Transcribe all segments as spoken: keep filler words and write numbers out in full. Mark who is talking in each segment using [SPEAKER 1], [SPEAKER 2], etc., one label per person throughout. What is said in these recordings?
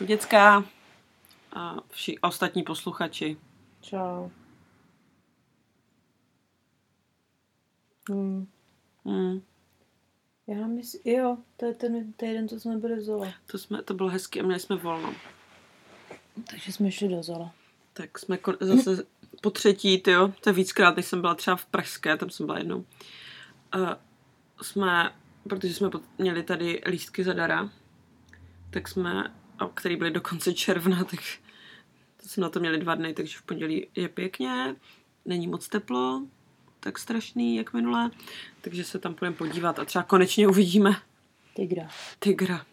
[SPEAKER 1] Čau děcka a vši ostatní posluchači.
[SPEAKER 2] Čau. Hmm.
[SPEAKER 1] Hmm.
[SPEAKER 2] Já myslím, jo, to je ten týden, co jsme byli v Zole.
[SPEAKER 1] To, jsme, to bylo hezky a měli jsme volno.
[SPEAKER 2] Takže jsme šli do Zola.
[SPEAKER 1] Tak jsme zase po třetí, tyjo, to je víckrát, než jsem byla třeba v Pražské, tam jsem byla jednou. Uh, jsme, protože jsme měli tady lístky zadara, tak jsme, který byly do konce června, tak to jsme na to měli dva dny, takže v pondělí je pěkně, není moc teplo, tak strašný, jak minule, takže se tam půjdeme podívat a třeba konečně uvidíme
[SPEAKER 2] Tygra.
[SPEAKER 1] Tygra.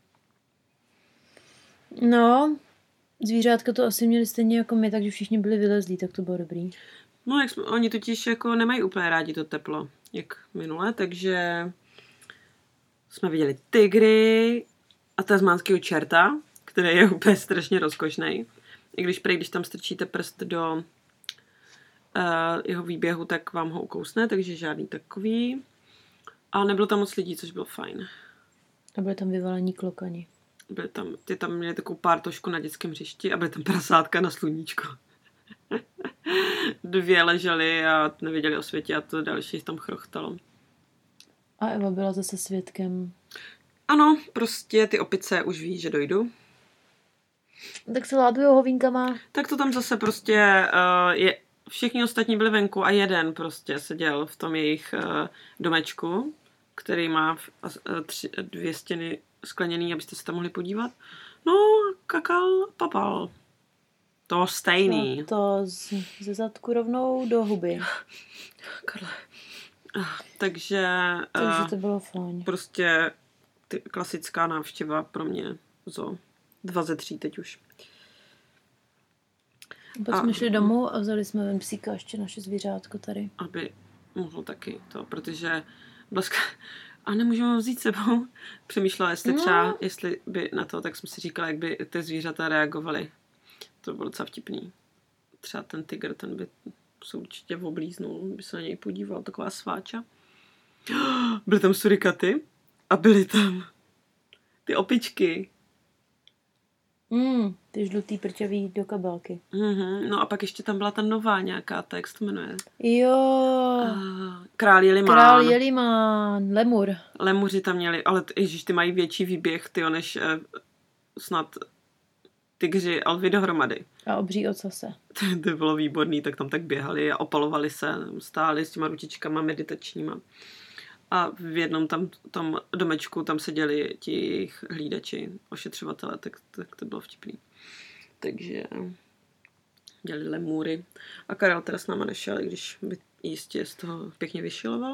[SPEAKER 2] No, zvířátka to asi měli stejně jako my, takže všichni byli vylezlí, tak to bylo dobrý.
[SPEAKER 1] No, jak jsme, oni totiž jako nemají úplně rádi to teplo, jak minule, takže jsme viděli tygry a tasmánského čerta, který je úplně strašně rozkošnej. I když prej, když tam strčíte prst do uh, jeho výběhu, tak vám ho ukousne, takže žádný takový. A nebylo tam moc lidí, což bylo fajn.
[SPEAKER 2] A byly tam vyvalení klokani.
[SPEAKER 1] Byly tam, ty tam měli takovou pártošku na dětském hřišti a byly tam prasátka na sluníčko. Dvě ležely a nevěděli o světě a to další tam chrochtalo.
[SPEAKER 2] A Eva byla zase svědkem.
[SPEAKER 1] Ano, prostě ty opice už ví, že dojdu.
[SPEAKER 2] Tak se ládujou hovínkama.
[SPEAKER 1] Tak to tam zase prostě uh, je, všichni ostatní byli venku a jeden prostě seděl v tom jejich uh, domečku, který má uh, tři, dvě stěny skleněný, abyste se tam mohli podívat. No, kakal, papal. To stejný.
[SPEAKER 2] To, to z, ze zadku rovnou do huby.
[SPEAKER 1] Karle. Uh, takže...
[SPEAKER 2] Takže
[SPEAKER 1] uh,
[SPEAKER 2] to bylo fajn.
[SPEAKER 1] Prostě ty, klasická návštěva pro mě. Zo. Dva ze tří teď už.
[SPEAKER 2] Pak jsme šli domů a vzali jsme ven psíka, ještě naše zvířátko tady.
[SPEAKER 1] Aby mohl taky to, protože Blaska... A nemůžeme ho vzít sebou. Přemýšlela, jestli třeba, no. jestli by na to, tak jsem si říkala, jak by ty zvířata reagovaly. To bylo docela vtipný. Třeba ten tygr, ten by se určitě oblíznul, by se na něj podíval, taková sváča. Byly tam surikaty a byly tam ty opičky.
[SPEAKER 2] Mm, ty žlutý prťavý do kabelky.
[SPEAKER 1] Mm-hmm. No a pak ještě tam byla ta nová nějaká, ta jak se to jmenuje?
[SPEAKER 2] Jo.
[SPEAKER 1] Uh, Král Jelimán.
[SPEAKER 2] Král Jelimán, lemur.
[SPEAKER 1] Lemuři tam měli, ale t- ježiš, ty mají větší výběh, tyjo, než eh, snad tygři Alvy dohromady.
[SPEAKER 2] A obří ocase.
[SPEAKER 1] To, to bylo výborný, tak tam tak běhali a opalovali se, stáli s těma ručičkama meditačníma. A v jednom tam, tam domečku tam seděli ti jejich hlídači, ošetřovatele, tak, tak to bylo vtipný. Takže dělali lemůry. A Karel teda s náma nešel, i když by jistě z toho pěkně vyšiloval.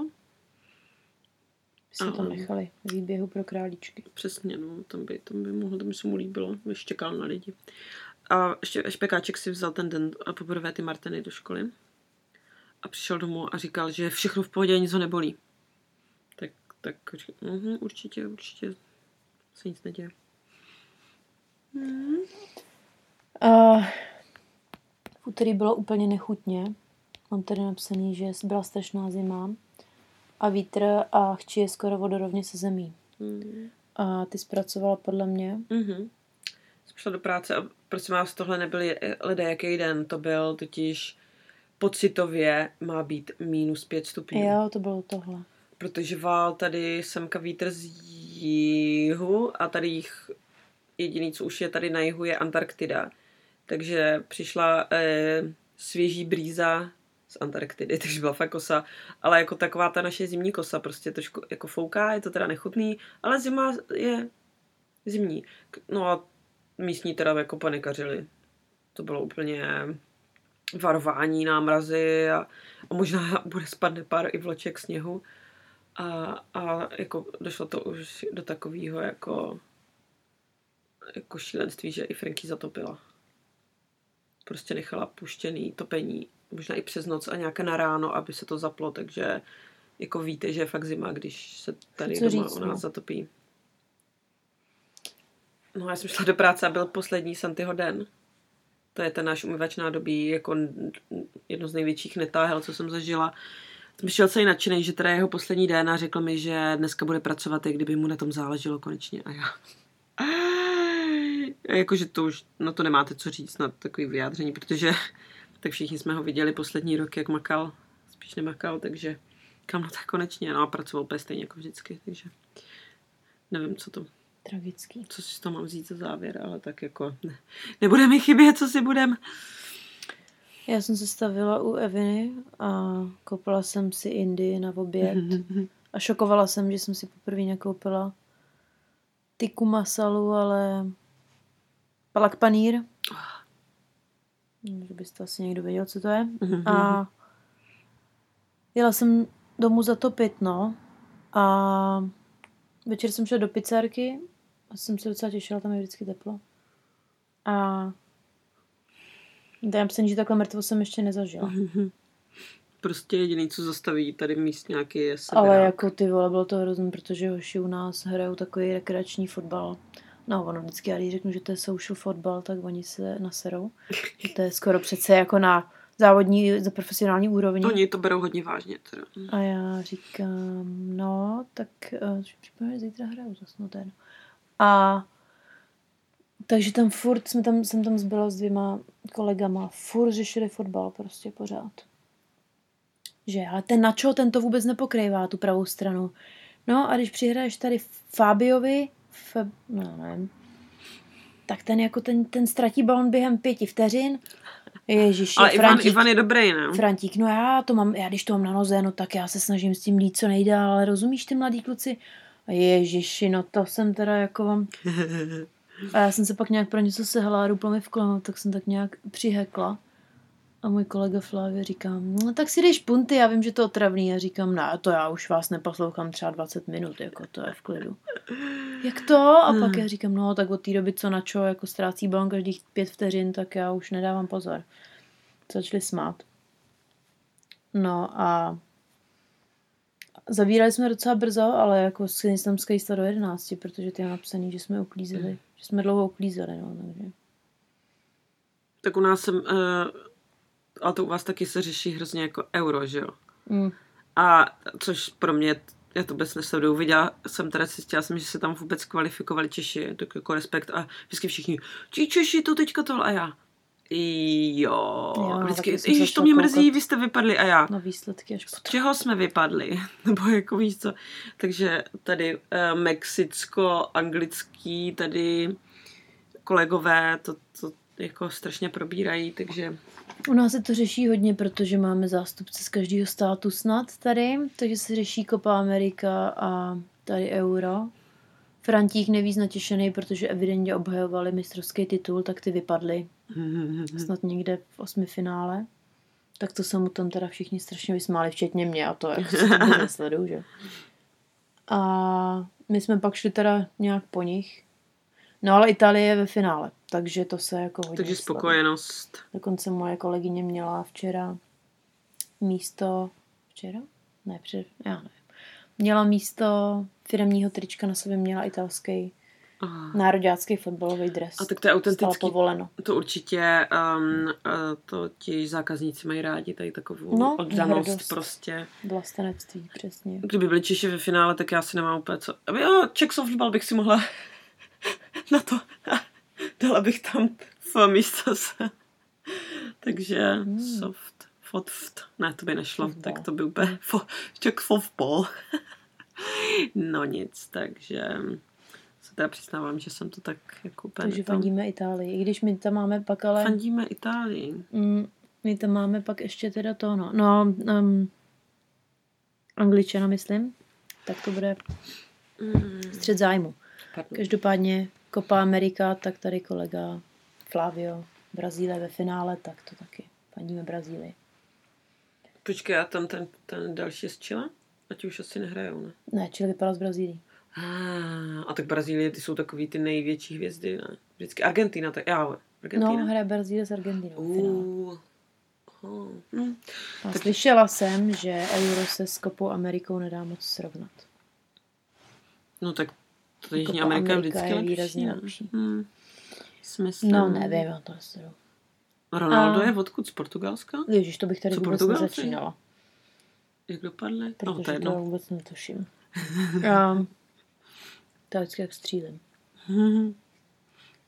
[SPEAKER 2] Jsme tam nechali výběhu pro králíčky.
[SPEAKER 1] Přesně, no, tam by, tam by mohlo, tam by se mu líbilo, by čekal na lidi. A ještě špekáček si vzal ten den poprvé ty Martiny do školy a přišel domů a říkal, že všechno v pohodě, nic ho nebolí. Tak, tak uh, určitě, určitě se nic neděje. Hmm.
[SPEAKER 2] Uh, v úterý bylo úplně nechutně. Mám tady napsaný, že byla strašná zima a vítr a chčí je skoro vodorovně se zemí. Hmm. A ty zpracovala podle mě.
[SPEAKER 1] Mm-hmm. Jsem šla do práce a prosím vás, tohle nebyl lidé jaký den, to byl totiž pocitově má být minus pět stupňů.
[SPEAKER 2] Jo, to bylo tohle.
[SPEAKER 1] Protože vál tady semka vítr z jihu a tady jich jediný, co už je tady na jihu, je Antarktida. Takže přišla eh, svěží brýza z Antarktidy, takže byla fakt kosa. Ale jako taková ta naše zimní kosa, prostě trošku jako fouká, je to teda nechutný, ale zima je zimní. No a místní teda jako panikařili. To bylo úplně varování, námrazy a, a možná bude spadne pár i vloček sněhu. A, a jako došlo to už do takového jako, jako šílenství, že i Franky zatopila. Prostě nechala puštěný topení, možná i přes noc a nějaké na ráno, aby se to zaplo, takže jako víte, že je fakt zima, když se tady
[SPEAKER 2] Co
[SPEAKER 1] doma
[SPEAKER 2] říct,
[SPEAKER 1] u nás
[SPEAKER 2] no.
[SPEAKER 1] zatopí. No já jsem šla do práce a byl poslední Santyho den. To je ten náš umyvač nádobí, jako jedno z největších netáhel, co jsem zažila. Jsem šel celý nadšenej, že teda je jeho poslední den a řekl mi, že dneska bude pracovat, jak kdyby mu na tom záleželo konečně. A já... Jakože to už na to nemáte co říct, na takový vyjádření, protože tak všichni jsme ho viděli poslední rok, jak makal, spíš nemakal, takže kam no tak konečně, no a pracoval úplně stejně jako vždycky, takže nevím, co to...
[SPEAKER 2] Tragický.
[SPEAKER 1] Co si to mám vzít za závěr, ale tak jako ne, nebude mi chybět, co si budem.
[SPEAKER 2] Já jsem se stavila u Eviny a koupila jsem si Indii na oběd a šokovala jsem, že jsem si poprvé nekoupila tikku masalu, ale palak panír. Že byste asi někdo věděl, co to je. A jela jsem domů zatopit, no. A večer jsem šla do pizzárky a jsem se docela těšila, tam je vždycky teplo. A dám se, že takhle mrtvo jsem ještě nezažila.
[SPEAKER 1] Prostě jediný, co zastaví tady míst nějaký je seberák.
[SPEAKER 2] Ale jako ty vole, bylo to hrozný, protože hoši u nás hrajou takový rekreační fotbal. No, ono vždycky, já když řeknu, že to je social fotbal, tak oni se naserou. To je skoro přece jako na závodní, za profesionální úrovni.
[SPEAKER 1] Oni to berou hodně vážně teda.
[SPEAKER 2] A já říkám, no, tak uh, připomínám, že zítra hraju, zase no ten. A takže tam furt, jsme tam, jsem tam zbyla s dvěma kolegama, furt řešili fotbal prostě pořád. Že, ale ten Nacho, ten to vůbec nepokrývá, tu pravou stranu. No a když přihraješ tady Fabiovi, F, no nevím, tak ten jako ten, ten ztratí balon během pěti vteřin. Ježiši,
[SPEAKER 1] ale
[SPEAKER 2] Frantík,
[SPEAKER 1] Ivan, Ivan je dobrý, ne?
[SPEAKER 2] Frantík, no já to mám, já když to mám na noze, no tak já se snažím s tím lít co nejdál, ale rozumíš ty mladí kluci? A ježiši, no to jsem teda jako vám... A já jsem se pak nějak pro něco sehala a rupla mi v koleno, tak jsem tak nějak přihekla. A můj kolega Flávě říká, no tak si jdeš punty, já vím, že to je otravný. A říkám, ne, to já už vás neposlouchám třeba dvacet minut, jako to je v klidu. Jak to? A pak já říkám, no tak od té doby, co Nacho jako ztrácí balon každých pět vteřin, tak já už nedávám pozor. Začali smát. No a zavírali jsme docela brzo, ale jako jsem tam skajistla do jedenácti, protože ty je napsaný, že jsme uklízeli, že jsme dlouho uklízeli, no, takže.
[SPEAKER 1] Tak u nás jsem, uh, ale to u vás taky se řeší hrozně jako euro, že jo?
[SPEAKER 2] Mm.
[SPEAKER 1] A což pro mě, já to vůbec nesleduju, viděla jsem teda, zjistila jsem, že se tam vůbec kvalifikovali Češi, tak jako respekt a vždycky všichni, či Češi, to teďka tohle a já. Jo,
[SPEAKER 2] jo
[SPEAKER 1] vždycky, ježiš, to mě mrzí, vy jste vypadli a já.
[SPEAKER 2] Na výsledky až potom.
[SPEAKER 1] Z čeho jsme vypadli? Nebo jako víš co? Takže tady uh, mexicko-anglický, tady kolegové to, to jako strašně probírají, takže...
[SPEAKER 2] U nás se to řeší hodně, protože máme zástupce z každého státu snad tady, takže se řeší Copa America a tady Euro. Frantík nevíc natěšený, protože evidentně obhajovali mistrovský titul, tak ty vypadly. Snad někde v osmi finále. Tak to se mu tam teda všichni strašně vysmáli, včetně mě a to jako se to nesleduju, že? A my jsme pak šli teda nějak po nich. No ale Itálie je ve finále, takže to se jako hodně
[SPEAKER 1] Takže spokojenost.
[SPEAKER 2] Slaví. Dokonce moje kolegyně měla včera místo... Včera? Ne, před... Já nevím. Měla místo firemního trička, na sobě měla italský oh. nároďácký fotbalový dres.
[SPEAKER 1] A tak to je autentický.
[SPEAKER 2] Povoleno.
[SPEAKER 1] To určitě um, to ti zákazníci mají rádi, tady takovou
[SPEAKER 2] no,
[SPEAKER 1] oddanost
[SPEAKER 2] hrdost.
[SPEAKER 1] Prostě.
[SPEAKER 2] Vlastenectví, přesně.
[SPEAKER 1] Kdyby byli Češi ve finále, tak já si nemám úplně co... Jo, Czech softball bych si mohla na to dala bych tam v místo se. Takže hmm. soft, fotft, ne, to by nešlo, softball. Tak to by úplně fo, Czech softball. No nic, takže se teda přiznávám, že jsem to tak jako úplně...
[SPEAKER 2] Takže fandíme Itálii, i když my tam máme pak ale...
[SPEAKER 1] Fandíme Itálii.
[SPEAKER 2] Mm, my tam máme pak ještě teda to, no, no um, Angličana, myslím, tak to bude mm. střed zájmu. Pardon. Každopádně Copa America, tak tady kolega Flavio, Brazílie ve finále, tak to taky fandíme Brazílii.
[SPEAKER 1] Počkej, a tam ten, ten další je z Chile? A ti už asi nehrajou, ne?
[SPEAKER 2] Ne, Chile vypadá z Brazílii.
[SPEAKER 1] Ah, a tak Brazílie, ty jsou takový ty největší hvězdy, ne? Vždycky Argentina, tak já, Argentina.
[SPEAKER 2] No, hraje Brazílie s Argentinou.
[SPEAKER 1] Uh, oh, hm.
[SPEAKER 2] A
[SPEAKER 1] tak...
[SPEAKER 2] slyšela jsem, že Euro se s Copou Amerikou nedá moc srovnat.
[SPEAKER 1] No tak to Jižní Amerika je vždycky
[SPEAKER 2] je výrazně lepší.
[SPEAKER 1] Hmm.
[SPEAKER 2] No nevím, já to nesleduju.
[SPEAKER 1] Ronaldo a... je odkud? Z Portugalska?
[SPEAKER 2] Ježiš, to bych tady
[SPEAKER 1] Co
[SPEAKER 2] vůbec nezačínala.
[SPEAKER 1] Jak dopadly?
[SPEAKER 2] Protože
[SPEAKER 1] no, to, je
[SPEAKER 2] to vůbec netuším. um, to je vždycky jak střílím.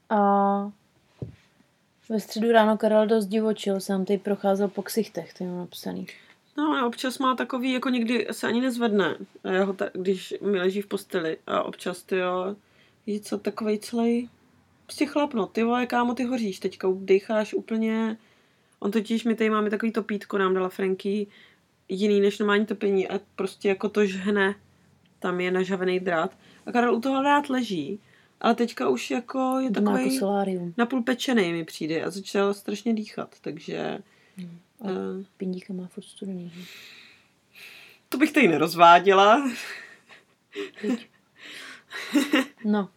[SPEAKER 2] A ve středu ráno Karel dost divočil, jsem tady procházel po ksichtech, ty mám napsaný.
[SPEAKER 1] No, občas má takový, jako někdy se ani nezvedne, já ho ta, když mi leží v posteli a občas, ty jo, je co takovej celý, prostě chlap, no, ty vole, kámo, ty hoříš teďka, dejcháš úplně, on totiž, my tady máme takový topítko, nám dala Franky, jiný než normální topení a prostě jako to žhne, tam je nažhavený drát a Karel u toho rád leží, ale teďka už jako je takový napůl pečenej mi přijde a začal strašně dýchat, takže...
[SPEAKER 2] Hmm. A uh, pindíka má furt studený.
[SPEAKER 1] To bych tady nerozváděla.
[SPEAKER 2] No.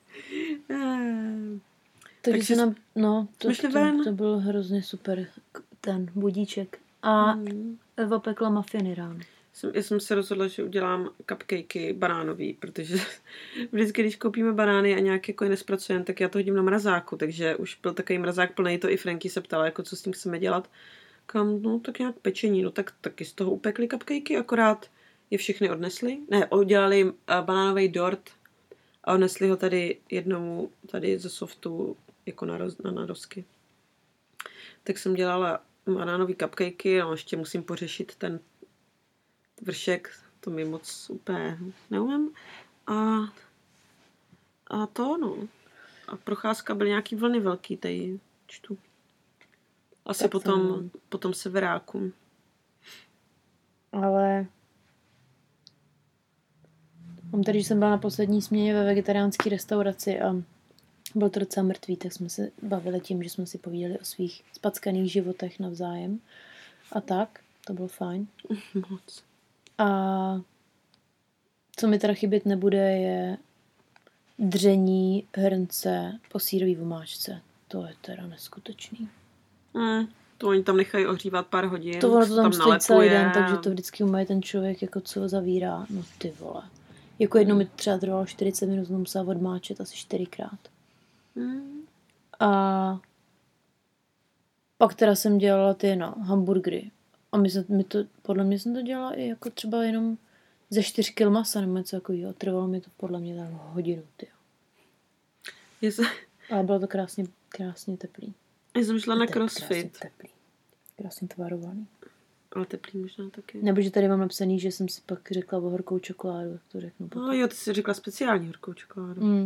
[SPEAKER 2] Takže se nám, no, to, to, to, to byl hrozně super ten budíček. A mm. Eva pekla mafiany ráno.
[SPEAKER 1] Jsem, já jsem se rozhodla, že udělám cupcakey banánový, protože vždycky, když koupíme banány a nějak jako je nespracujeme, tak já to hodím na mrazáku, takže už byl takový mrazák plný, to i Franky se ptala, jako co s tím chceme dělat. Kam, no tak nějak pečení, no tak taky z toho upekli cupcakey, akorát je všechny odnesli. Ne, udělali uh, banánový dort a odnesli ho tady jednou, tady ze softu, jako na, roz, na narozky. Tak jsem dělala banánový cupcakey a ještě musím pořešit ten vršek, to mi moc úplně neumím. A, a to, no. A procházka byly nějaký vlny velký, tady čtu. Asi potom, potom severákům.
[SPEAKER 2] Ale mám tady, že jsem byla na poslední směně ve vegetariánské restauraci a byl to docela mrtvý, tak jsme se bavili tím, že jsme si povídali o svých spackaných životech navzájem. A tak, to bylo fajn.
[SPEAKER 1] Moc.
[SPEAKER 2] A co mi teda chybět nebude, je dření hrnce po sýrový vomáčce. To je teda neskutečný.
[SPEAKER 1] Mm, to oni tam nechají ohřívat pár hodin.
[SPEAKER 2] To ono to tam, tam stojí celý den, takže to vždycky umí ten člověk, jako co zavírá. No ty vole. Jako jednou mi třeba trvalo čtyřicet minut, jsem musela odmáčet asi čtyřikrát.
[SPEAKER 1] Mm.
[SPEAKER 2] A pak teda jsem dělala ty no, hamburgery. A my, jsme, my to, podle mě jsem to dělala i jako třeba jenom ze čtyř kil masa nebo něco takového. Trvalo mi to podle mě tak hodinu, tyjo.
[SPEAKER 1] Yes.
[SPEAKER 2] Ale bylo to krásně, krásně teplý.
[SPEAKER 1] Já jsem šla na crossfit.
[SPEAKER 2] Krásně teplý. Krásně tvarovaný.
[SPEAKER 1] Ale teplý možná taky.
[SPEAKER 2] Nebo že tady mám napsaný, že jsem si pak řekla o horkou čokoládu, to řeknu potom.
[SPEAKER 1] No jo, ty jsi řekla speciální horkou čokoládu.
[SPEAKER 2] Mm.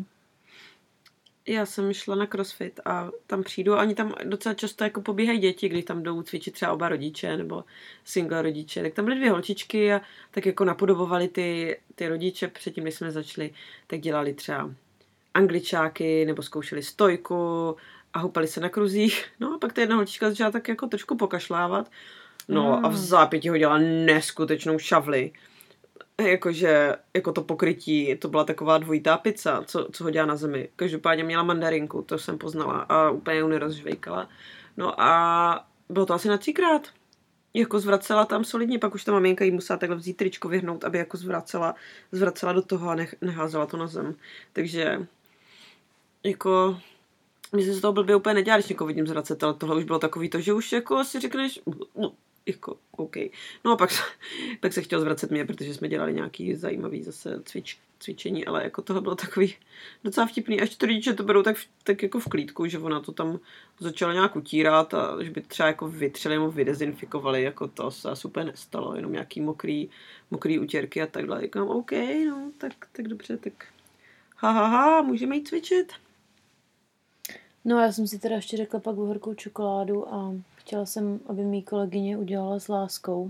[SPEAKER 1] Já jsem šla na crossfit a tam přijdu a oni tam docela často jako pobíhají děti, když tam jdou cvičit třeba oba rodiče nebo single rodiče. Tak tam byly dvě holčičky a tak jako napodobovali ty, ty rodiče předtím, než jsme začali, tak dělali třeba angličáky nebo zkoušeli stojku a houpali se na kruzích. No a pak ta jedna holčička začala tak jako trošku pokašlávat. No a v zápěti hodila neskutečnou šavli. Jakože, jako to pokrytí, to byla taková dvojitá pizza, co, co hodila na zemi. Každopádně měla mandarinku, to jsem poznala a úplně ju nerozžvejkala. No a bylo to asi na třikrát. Jako zvracela tam solidně, pak už ta maminka jí musela takhle vzít tričko vyhrnout, aby jako zvracela, zvracela do toho a nech, neházela to na zem. Takže, jako, myslím, že z toho blbě úplně nedělá, když někoho vidím zvracet, ale tohle už bylo takový to, že už jako si řekneš, no, jako, OK. No a pak, pak se chtěl zvracet mě, protože jsme dělali nějaký zajímavý zase cvič, cvičení, ale jako tohle bylo takový docela vtipný. Až to rodiče to berou tak, tak jako v klídku, že ona to tam začala nějak utírat a že by třeba jako vytřeli nebo vydezinfikovali, jako to se asi úplně nestalo, jenom nějaký mokrý, mokrý utěrky a takhle. Říkám, OK, no, tak, tak dobře, tak ha, ha, ha, můžeme jít cvičit.
[SPEAKER 2] No já jsem si teda ještě řekla pak o horkou čokoládu a chtěla jsem, aby mý kolegyně udělala s láskou.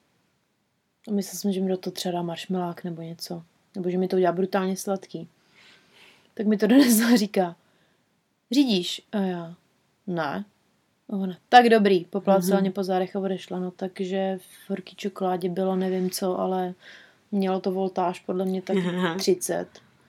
[SPEAKER 2] A myslela jsem, že mi do toho třeba dá maršmelák nebo něco. Nebo že mi to udělá brutálně sladký. Tak mi to donesla a říká, řídíš? A já, ne. A ona, tak dobrý, poplácela mm-hmm. mě po zádech a odešla. No takže v horký čokoládě bylo nevím co, ale mělo to voltáž podle mě tak třicet.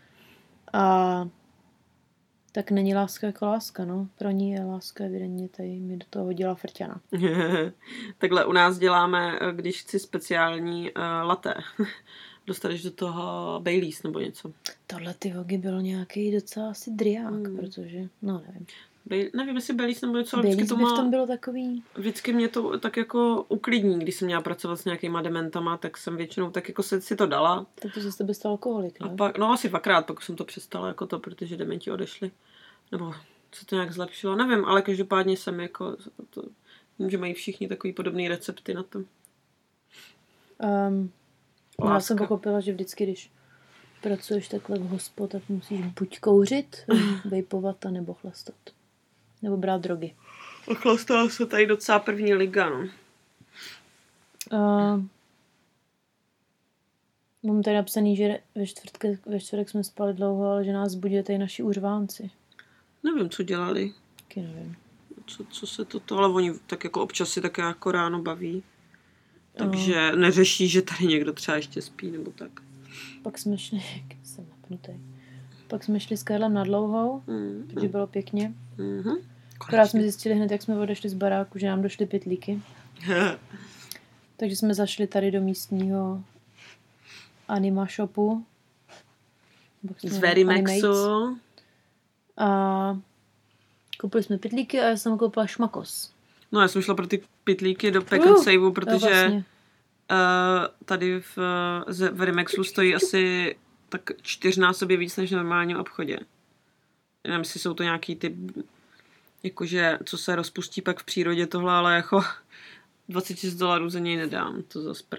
[SPEAKER 2] A tak není láska jako láska, no. Pro ní je láska evidentně, tady mi do toho hodila frťana.
[SPEAKER 1] Takhle u nás děláme, když chci speciální uh, latte. Dostaneš do toho Baileys nebo něco.
[SPEAKER 2] Tohle ty hogy byl nějaký docela asi driák, hmm. protože, no nevím.
[SPEAKER 1] Bej, nevím, jestli Baileys nebo něco, ale
[SPEAKER 2] Baileys
[SPEAKER 1] vždycky to má,
[SPEAKER 2] v tom bylo takový...
[SPEAKER 1] Vždycky mě to tak jako uklidní, když jsem měla pracovat s nějakýma dementama, tak jsem většinou tak jako se, si to dala.
[SPEAKER 2] Tak to se tebe stal alkoholik, ne?
[SPEAKER 1] A pak, no asi dvakrát, pak jsem to přestala jako to, protože dementi odešli. Nebo se to nějak zlepšilo, nevím, ale každopádně jsem jako, to, vím, že mají všichni takový podobný recepty na to.
[SPEAKER 2] Um, já jsem pochopila, že vždycky, když pracuješ takhle v hospo, tak musíš buď kouřit, vejpovat, nebo chlastat. Nebo brát drogy.
[SPEAKER 1] A chlastala se tady docela první liga, no.
[SPEAKER 2] Uh, mám tady napsaný, že ve, čtvrtke, ve čtvrtek jsme spali dlouho, ale že nás budí tady naši uřvánci.
[SPEAKER 1] Nevím, co dělali.
[SPEAKER 2] Taky nevím.
[SPEAKER 1] Co, co se toto, ale oni tak jako občas si také jako ráno baví. Takže uh. neřeší, že tady někdo třeba ještě spí, nebo tak.
[SPEAKER 2] Pak jsme šli, jsem napnutý. Pak jsme šli s Karlem na dlouhou, mm, protože bylo pěkně.
[SPEAKER 1] Mm-hmm.
[SPEAKER 2] Akorát jsme zjistili hned, jak jsme odešli z baráku, že nám došly pytlíky. Takže jsme zašli tady do místního anima shopu.
[SPEAKER 1] Z Verimexu.
[SPEAKER 2] A koupili jsme pytlíky a já jsem koupila šmakos.
[SPEAKER 1] No já jsem šla pro ty pytlíky do Pack and Saveu, protože
[SPEAKER 2] vlastně.
[SPEAKER 1] uh, tady v uh, Verimexu stojí asi tak čtyřnásobně víc než v normálním obchodě. Nevím, jestli jsou to nějaký ty, jakože, co se rozpustí pak v přírodě tohle, ale jako dvacet tisíc dolarů za něj nedám, to zas pr.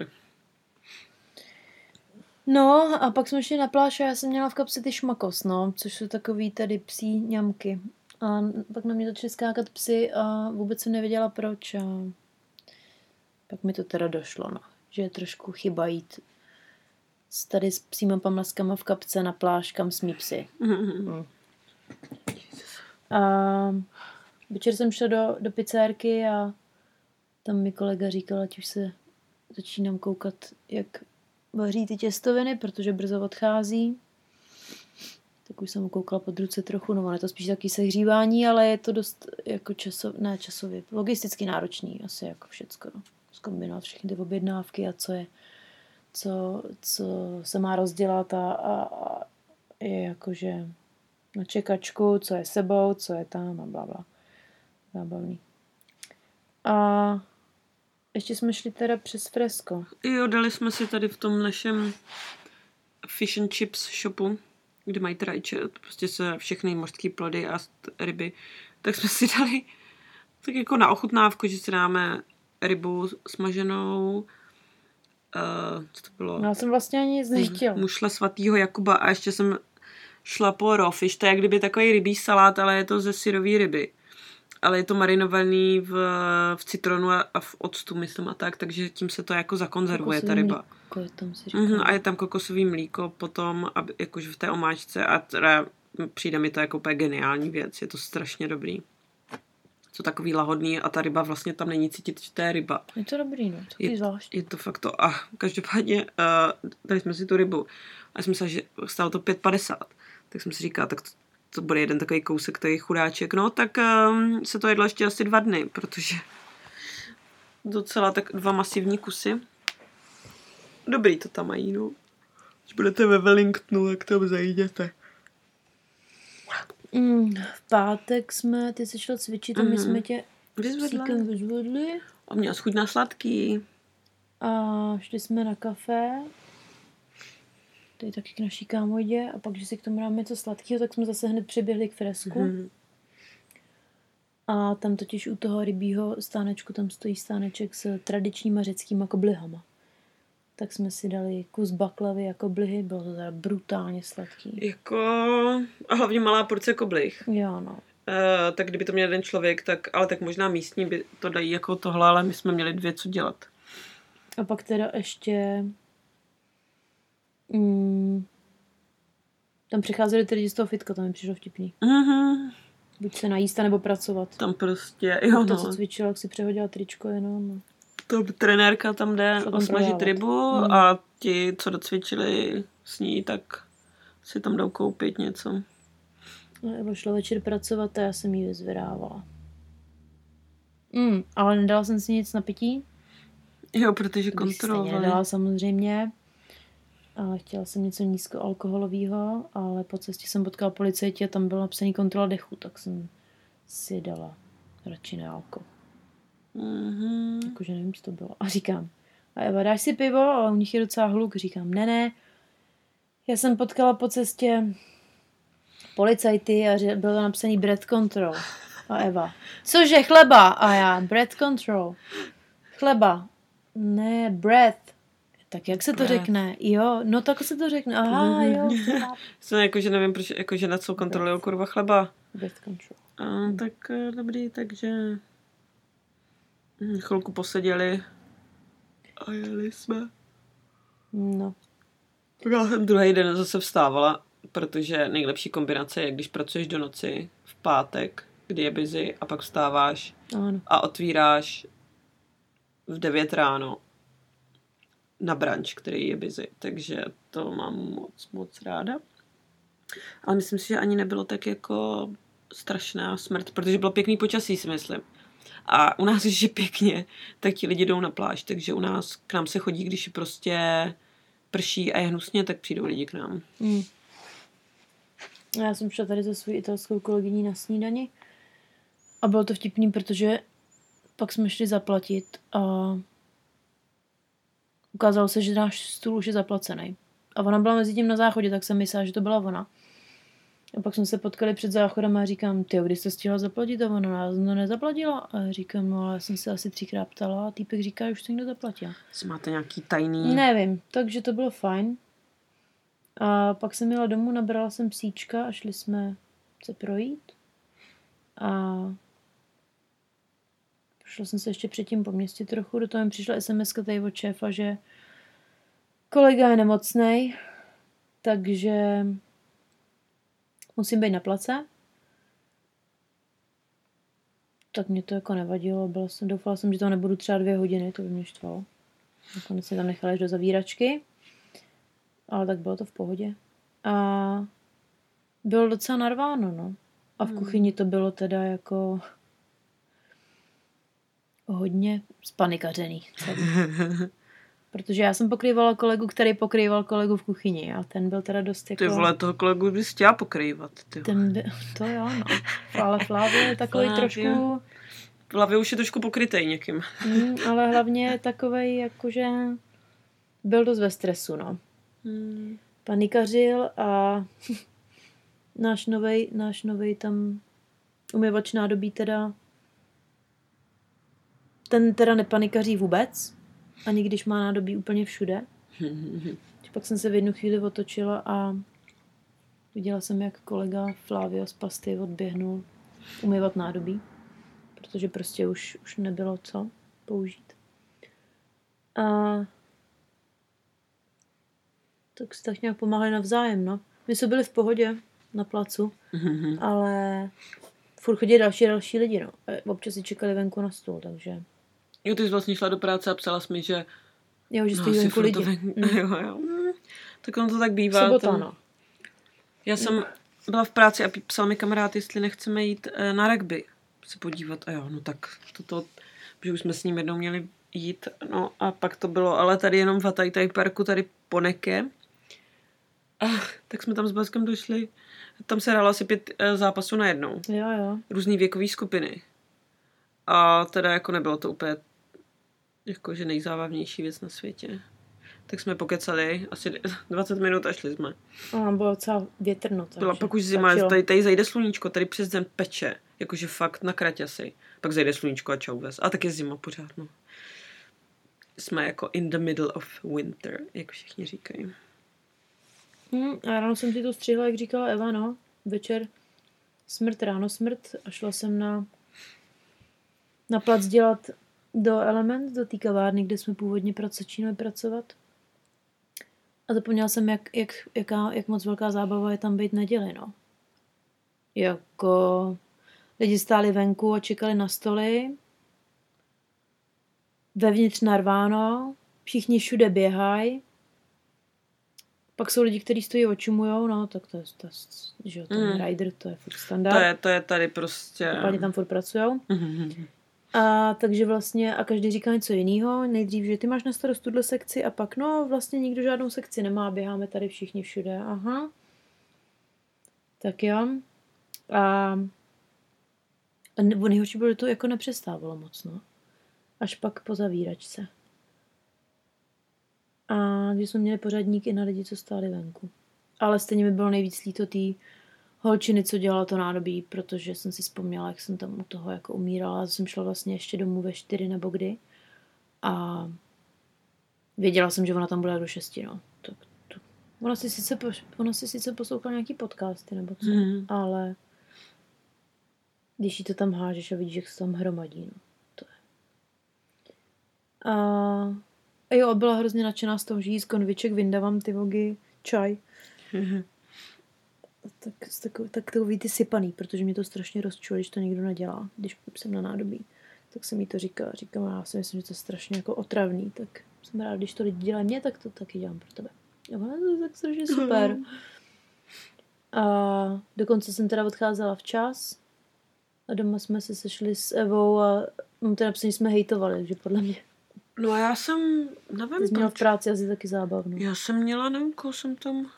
[SPEAKER 2] No a pak jsme šli na pláž a já jsem měla v kapse ty šmakos, no, což jsou takový tady psí ňamky. A pak na mě začaly skákat psy a vůbec jsem nevěděla proč. A pak mi to teda došlo, no, že je trošku chyba jít tady s psíma pamlaskama v kapce na pláž, kam smí psy. Mm. A večer jsem šla do, do pizzérky a tam mi kolega říkal, ať už se začínám koukat, jak vaří ty těstoviny, protože brzo odchází. Tak už jsem ho koukala pod ruce trochu, no je to spíš taky sehřívání, ale je to dost jako časov, ne časově, logisticky náročný, asi jako všecko. No. Zkombinovat všechny ty objednávky a co je, co, co se má rozdělat a, a, a je jakože na čekačku, co je sebou, co je tam a blabla. Zábavný. A ještě jsme šli teda přes Fresko.
[SPEAKER 1] Jo, dali jsme si tady v tom našem fish and chips shopu, kde mají teda prostě se všechny mořské plody a ryby, tak jsme si dali tak jako na ochutnávku, že si dáme rybu smaženou, uh, co to bylo?
[SPEAKER 2] Já jsem vlastně ani nic nechtěla.
[SPEAKER 1] Mušle svatýho Jakuba a ještě jsem šla po raw fish, to je jak kdyby takový rybí salát, ale je to ze syrový ryby. Ale je to marinovaný v, v citronu a v octu, myslím a tak, takže tím se to jako zakonzervuje, kokosový ta ryba.
[SPEAKER 2] Mlíko je tam, si
[SPEAKER 1] mm-hmm, a je tam kokosový mlíko potom, aby, jakože v té omáčce a teda přijde mi to jako úplně geniální věc, je to strašně dobrý. To takový lahodný a ta ryba vlastně tam není cítit, že to je ryba.
[SPEAKER 2] Je to dobrý, no, takový
[SPEAKER 1] je,
[SPEAKER 2] zvláštní.
[SPEAKER 1] je to fakt to. A každopádně uh, dali jsme si tu rybu a jsem myslela, že stálo to pět padesát. Tak jsem si říkala, tak to, to bude jeden takový kousek, takový chudáček. No, tak um, se to jedlo ještě asi dva dny, protože docela tak dva masivní kusy. Dobrý to tam mají, no. Když budete ve Wellingtonu, tak tam zajděte.
[SPEAKER 2] Mm, v pátek jsme, ty jsi šla cvičit a my mm-hmm. jsme tě
[SPEAKER 1] vyzvedli.
[SPEAKER 2] vyzvedli.
[SPEAKER 1] A měla chuť na sladký.
[SPEAKER 2] A šli jsme na kafe. Tady taky k naší kámojdě. A pak, že si k tomu dáme něco sladkého, tak jsme zase hned přiběhli k Fresku. Mm-hmm. A tam totiž u toho rybího stánečku, tam stojí stáneček s tradičníma řeckýma koblihama. Tak jsme si dali kus baklavy a koblihy, bylo to teda brutálně sladký.
[SPEAKER 1] Jako, a hlavně malá porce koblih.
[SPEAKER 2] Jo, no.
[SPEAKER 1] Uh, tak kdyby to měl jeden člověk, tak, ale tak možná místní by to dají jako tohle, ale my jsme měli dvě co dělat.
[SPEAKER 2] A pak teda ještě mm, tam přicházeli ty lidi z toho fitka, tam mi přišlo vtipný.
[SPEAKER 1] Mhm.
[SPEAKER 2] Buď se najíst, nebo pracovat.
[SPEAKER 1] Tam prostě, jo
[SPEAKER 2] to,
[SPEAKER 1] no.
[SPEAKER 2] co cvičila, jak si přehodila tričko jenom. No.
[SPEAKER 1] To trenérka tam jde osmažit rybu hmm. a ti, co docvičili s ní, tak si tam jdou koupit něco.
[SPEAKER 2] Evo šla večer pracovat a já jsem jí vyzvedávala. Mm, ale nedala jsem si nic na pití.
[SPEAKER 1] Jo, protože kontrolovali.
[SPEAKER 2] To nedala samozřejmě. Ale chtěla jsem něco nízkoalkoholového, ale po cestě jsem potkala policajti a tam byla napsaný kontrola dechu, tak jsem si dala radši nealko.
[SPEAKER 1] Mm-hmm.
[SPEAKER 2] Jakože nevím, co to bylo. A říkám, a Eva, dáš si pivo? A u nich je docela hluk. Říkám, ne, ne. Já jsem potkala po cestě policajty a že bylo tam napsaný breath control. A Eva, cože chleba? A já, breath control. Chleba. Ne, breath. Tak jak se to breath. Řekne? Jo, no tak se to řekne. Aha, jo.
[SPEAKER 1] Jsem jako, že nevím, proč, jako, že na co kontrolují kurva chleba.
[SPEAKER 2] Breath control.
[SPEAKER 1] A, tak dobrý, takže chvilku poseděli a jeli jsme.
[SPEAKER 2] No.
[SPEAKER 1] Já jsem druhý den zase vstávala, protože nejlepší kombinace je, když pracuješ do noci v pátek, kdy je busy, a pak vstáváš
[SPEAKER 2] ano.
[SPEAKER 1] a otvíráš v devět ráno na brunch, který je busy. Takže to mám moc, moc ráda. Ale myslím si, že ani nebylo tak jako strašná smrt, protože bylo pěkný počasí, si myslím. A u nás, když je pěkně, tak ti lidi jdou na pláž, takže u nás k nám se chodí, když je prostě prší a je hnusně, tak přijdou lidi k nám.
[SPEAKER 2] Hmm. Já jsem šla tady za svou italskou kolegyní na snídani a bylo to vtipný, protože pak jsme šli zaplatit a ukázalo se, že náš stůl už je zaplacený. A ona byla mezi tím na záchodě, tak jsem myslela, že to byla ona. A pak jsme se potkali před záchodem a říkám, tyjo, kdy jste stihla zaplatit? A ona nás no, nezaplatila. A říkám, no ale já jsem se asi třikrát ptala a týpek říká, že už to někdo zaplatil.
[SPEAKER 1] Jsi máte nějaký tajný...
[SPEAKER 2] Nevím, takže to bylo fajn. A pak jsem jela domů, nabrala jsem psíčka a šli jsme se projít. A šla jsem se ještě předtím po městě trochu, do toho mi přišla es em eska tady od šéfa, že kolega je nemocnej, takže musím být na place. Tak mě to jako nevadilo, byla jsem, doufala jsem, že tam nebudu třeba dvě hodiny, to by mě štvalo. Nakonec jsem tam nechala až do zavíračky, ale tak bylo to v pohodě. A bylo docela narváno, no. A v kuchyni to bylo teda jako hodně spanikařený. Protože já jsem pokrývala kolegu, který pokrýval kolegu v kuchyni a ten byl teda dost jako...
[SPEAKER 1] Ty vole, toho kolegu bys chtěla pokrývat. Ty
[SPEAKER 2] ten by... To jo, no. Ale Flávě je takový Flávě. trošku...
[SPEAKER 1] Flávě už je trošku pokrytej někým.
[SPEAKER 2] Mm, ale hlavně takovej jakože byl dost ve stresu, no.
[SPEAKER 1] Hmm.
[SPEAKER 2] Panikařil a náš novej, náš novej tam umyvač nádobí teda ten teda nepanikaří vůbec, ani když má nádobí úplně všude. Pak jsem se v jednu chvíli otočila a viděla jsem, jak kolega Flávio z Pasty odběhnul umyvat nádobí, protože prostě už, už nebylo co použít. A tak si tak nějak pomáhali navzájem, no. My jsme byli v pohodě na placu,
[SPEAKER 1] Mm-hmm.
[SPEAKER 2] ale furt chodí další a další lidi, no. Občas si čekali venku na stůl, takže...
[SPEAKER 1] Jo, ty jsi vlastně šla do práce a psala jsi mi, že...
[SPEAKER 2] Jo, že stojí no, venku lidi.
[SPEAKER 1] Ven... Mm. Jo, jo. Tak ono to tak bývá.
[SPEAKER 2] Sobota,
[SPEAKER 1] ten...
[SPEAKER 2] no.
[SPEAKER 1] Já jsem byla v práci a psal mi kamarád, jestli nechceme jít na rugby se podívat. A jo, no tak toto, že už jsme s ním jednou měli jít. No a pak to bylo, ale tady jenom v Atajtaj parku, tady po Neke. A tak jsme tam s Baskem došli. Tam se hrálo asi pět zápasů na jednou.
[SPEAKER 2] Jo, jo.
[SPEAKER 1] Různý věkový skupiny. A teda jako nebylo to úplně jakože nejzábavnější věc na světě. Tak jsme pokecali asi dvacet minut a šli jsme.
[SPEAKER 2] A bylo docela větrno.
[SPEAKER 1] Byla pak už zima, tady, tady zajde sluníčko, tady přes den peče, jakože fakt na kraťasy. Pak zajde sluníčko a čau ves. A tak je zima pořád, no. Jsme jako in the middle of winter, jak všichni říkají.
[SPEAKER 2] Hmm, a ráno jsem si to střihla, jak říkala Eva, no. Večer smrt, ráno smrt a šla jsem na na plac dělat do Element, do té kavárny, kde jsme původně začínali pracovat. A zapomněla jsem, jak, jak, jaká, jak moc velká zábava je tam být neděli, no. Jako lidi stáli venku a čekali na stoly. Vevnitř narváno. Všichni všude běhají. Pak jsou lidi, kteří stojí očumujou, no, tak to je, to, že ten mm. rider, to je furt standard.
[SPEAKER 1] To je, to je tady prostě...
[SPEAKER 2] Páni tam furt pracujou.
[SPEAKER 1] Mm-hmm.
[SPEAKER 2] A takže vlastně, a každý říká něco jiného. Nejdřív, že ty máš na starost tuhle sekci a pak, no, vlastně nikdo žádnou sekci nemá, běháme tady všichni všude. Aha. Tak jo. A, a nejhorší bylo, že to jako nepřestávalo moc, no. Až pak po zavíračce. A když jsme měli pořadníky na lidi, co stáli venku. Ale stejně mi bylo nejvíc líto tý holčiny, co dělala to nádobí, protože jsem si vzpomněla, jak jsem tam u toho jako umírala. Jsem šla vlastně ještě domů ve čtyři nebo kdy. A věděla jsem, že ona tam bude do šesti, no. Tak to. Ona si sice, ona si sice poslouchala nějaký podcasty nebo co, mm. ale když jí to tam hážeš a vidíš, jak se tam hromadí, no. To je. A, a jo, byla hrozně nadšená z toho, že jí z konviček vyndávám ty vogy čaj. Mm-hmm. Tak, tak, tak to ví ty sypaný, protože mě to strašně rozčuje, když to někdo nedělá, když jsem na nádobí. Tak jsem jí to říkala. Říkám, já si myslím, že to je strašně jako otravný, tak jsem rád, když to lidi dělají mě, tak to taky dělám pro tebe. A ona, to je tak strašně super. A dokonce jsem teda odcházela včas a doma jsme se sešli s Evou a mám to napsaný, jsme hejtovali, takže podle mě.
[SPEAKER 1] No a já jsem, nevím,
[SPEAKER 2] ty jsi měla v práci asi taky zábavnou.
[SPEAKER 1] Já jsem měla, nevím, koho jsem tam...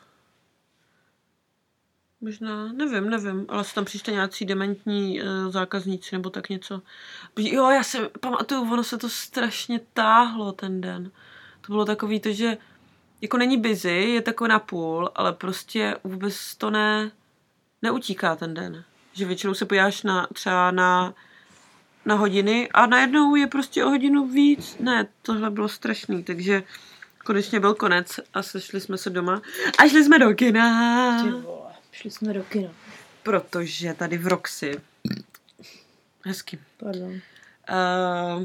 [SPEAKER 1] Možná, nevím, nevím, ale jsou tam přišli nějací dementní uh, zákazníci nebo tak něco. Jo, já si pamatuju, ono se to strašně táhlo ten den. To bylo takový to, že jako není busy, je takový na půl, ale prostě vůbec to ne, neutíká ten den. Že většinou se podíváš na, třeba na, na hodiny a najednou je prostě o hodinu víc. Ne, tohle bylo strašný, takže konečně byl konec a sešli jsme se doma a šli jsme do kina.
[SPEAKER 2] Ty vole. Šli jsme do kina.
[SPEAKER 1] Protože tady v Roxy. Hezky.
[SPEAKER 2] Pardon.
[SPEAKER 1] Uh,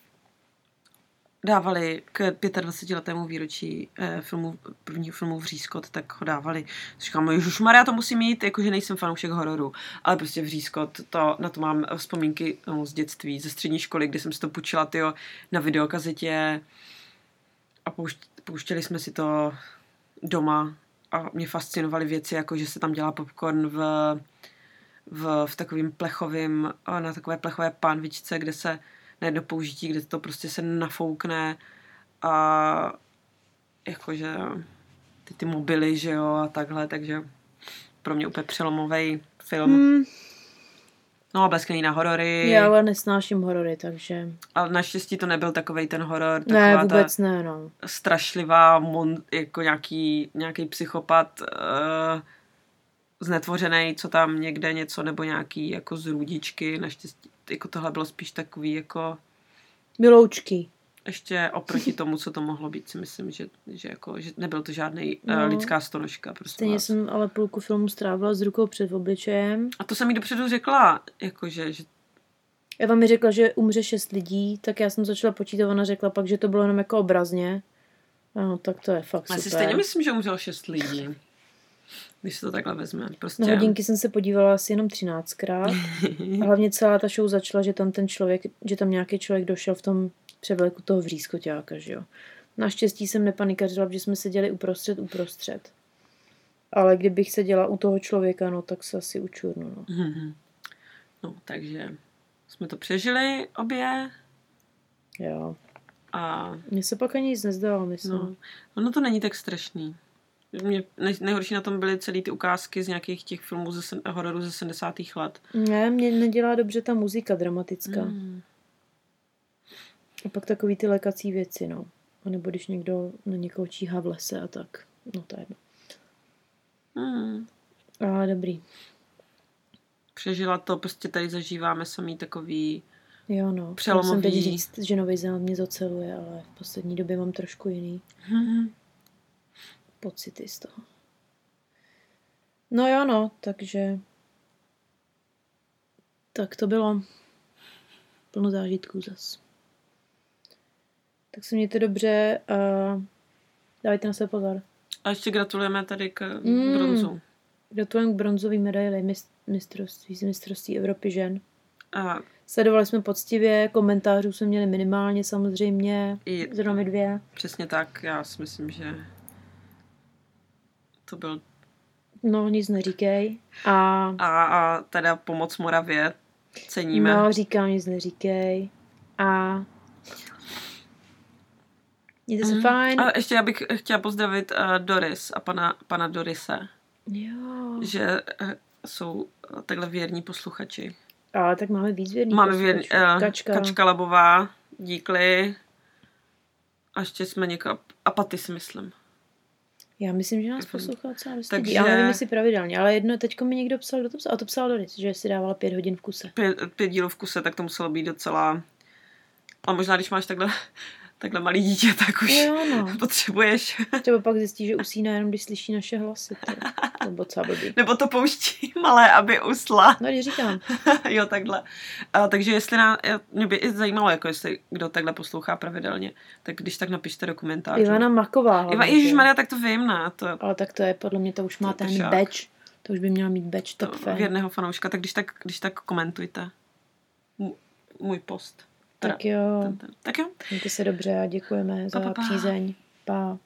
[SPEAKER 1] dávali k dvacetiletému výročí eh, filmu, prvního filmu Vřískot, tak ho dávali. Říkám, ježišmarja, to musím mít, jakože nejsem fanoušek hororu, ale prostě Vřískot, to, na to mám vzpomínky no, z dětství, ze střední školy, kdy jsem si to půjčila tyjo, na videokazetě a poušť, pouštěli jsme si to doma. A mě fascinovaly věci, jako že se tam dělá popcorn v, v, v takovým plechovým, na takové plechové pánvičce, kde se na jedno použití, kde to prostě se nafoukne a jakože ty, ty mobily, že jo, a takhle, takže pro mě úplně přelomový film. Hmm. No a bleskný na horory.
[SPEAKER 2] Já ale nesnáším horory, takže...
[SPEAKER 1] Ale naštěstí to nebyl takovej ten horor. Taková
[SPEAKER 2] ne, vůbec ne, no.
[SPEAKER 1] Strašlivá, mon, jako nějaký, nějaký psychopat uh, znetvořený, co tam někde něco, nebo nějaký jako zrůdičky. Naštěstí, jako tohle bylo spíš takový jako...
[SPEAKER 2] Miloučky.
[SPEAKER 1] Ještě oproti tomu, co to mohlo být, si myslím, že, že, jako, že nebyl to žádný no. uh, lidská stonožka. Prostě
[SPEAKER 2] stejně vás. Jsem ale půlku filmu strávila s rukou před obličejem.
[SPEAKER 1] A to jsem jí dopředu řekla, jakože... Že...
[SPEAKER 2] Eva mi řekla, že umře šest lidí, tak já jsem začala počítat, ona řekla pak, že to bylo jenom jako obrazně. No, tak to je fakt
[SPEAKER 1] já
[SPEAKER 2] super.
[SPEAKER 1] Já si stejně myslím, že umřel šest lidí. Když se to takhle vezme. Prostě...
[SPEAKER 2] Na hodinky jsem se podívala asi jenom třináctkrát. A hlavně celá ta show začala, že tam ten člověk, že tam nějaký člověk došel v tom převleku toho vřískoťáka, že jo. Naštěstí jsem nepanikařila, protože jsme seděli uprostřed, uprostřed. Ale kdybych seděla u toho člověka, no tak se asi učurnu, no.
[SPEAKER 1] Mm-hmm. No, takže jsme to přežili obě.
[SPEAKER 2] Jo.
[SPEAKER 1] A...
[SPEAKER 2] Mně se pak ani nic nezdalo, myslím.
[SPEAKER 1] No, ono to není tak strašný. Mě nejhorší na tom byly celý ty ukázky z nějakých těch filmů ze hororu ze sedmdesátých let.
[SPEAKER 2] Ne, mě nedělá dobře ta muzika dramatická. Mm. A pak takový ty lékací věci, no. A nebo když někdo na někoho číhá v lese a tak. No to je jedno.
[SPEAKER 1] Mm.
[SPEAKER 2] Ale dobrý.
[SPEAKER 1] Přežila to, prostě tady zažíváme samý takový
[SPEAKER 2] jo, no.
[SPEAKER 1] přelomový.
[SPEAKER 2] Já jsem teď říct, že Nový Zéland mě zaceluje, ale v poslední době mám trošku jiný
[SPEAKER 1] mm.
[SPEAKER 2] pocity z toho. No jo, no, takže tak to bylo plno zážitků zas. Tak se mějte dobře a dávajte na sebe pozor.
[SPEAKER 1] A ještě gratulujeme tady k mm. bronzu.
[SPEAKER 2] Gratulujeme k bronzový medaili mistrovství z mistrovství Evropy žen.
[SPEAKER 1] A
[SPEAKER 2] sledovali jsme poctivě, komentářů jsme měli minimálně samozřejmě, zrovna my dvě.
[SPEAKER 1] Přesně tak, já si myslím, že to byl...
[SPEAKER 2] No, nic neříkej. A,
[SPEAKER 1] a, a teda pomoc Moravě ceníme.
[SPEAKER 2] No, říkám, nic neříkej. A mějte se mm. fajn.
[SPEAKER 1] A ještě já bych chtěla pozdravit uh, Doris a pana, pana Dorise.
[SPEAKER 2] Jo.
[SPEAKER 1] Že uh, jsou uh, takhle věrní posluchači.
[SPEAKER 2] A tak máme víc věrných
[SPEAKER 1] máme věrní, uh, Kačka. Kačka Labová, díkli. A ještě jsme někoho... A Paty si myslím.
[SPEAKER 2] Já myslím, že nás poslouchá docela dost lidí.
[SPEAKER 1] Takže...
[SPEAKER 2] Já nevím, jestli pravidelně, ale jedno, teďko mi někdo psal, kdo to psal, a to psal Doris, že si dávala pět hodin v kuse.
[SPEAKER 1] Pět, pět dílů v kuse, tak to muselo být docela... A možná, když máš takhle, takhle malý dítě, tak už
[SPEAKER 2] jo, no.
[SPEAKER 1] potřebuješ.
[SPEAKER 2] Třeba pak zjistí, že usíná jenom, když slyší naše hlasy. Nebo co blbý.
[SPEAKER 1] Nebo to pouští malé, aby usla.
[SPEAKER 2] No, když říkám.
[SPEAKER 1] Jo, takhle. A, takže jestli na, mě by i zajímalo, jako jestli kdo takhle poslouchá pravidelně, tak když tak napište do komentářů.
[SPEAKER 2] Ivana Maková.
[SPEAKER 1] Iva, ježišmarja, tak to vím, ne? To...
[SPEAKER 2] Ale tak to je, podle mě to už má ten badge. To už by měla mít badge top fan.
[SPEAKER 1] Věrného fanouška, tak když tak, když tak komentujte M- můj post.
[SPEAKER 2] Tak jo.
[SPEAKER 1] Ten, ten. Tak jo.
[SPEAKER 2] Mějte se dobře a děkujeme
[SPEAKER 1] Pa,
[SPEAKER 2] za
[SPEAKER 1] pa, pa.
[SPEAKER 2] přízeň. Pa.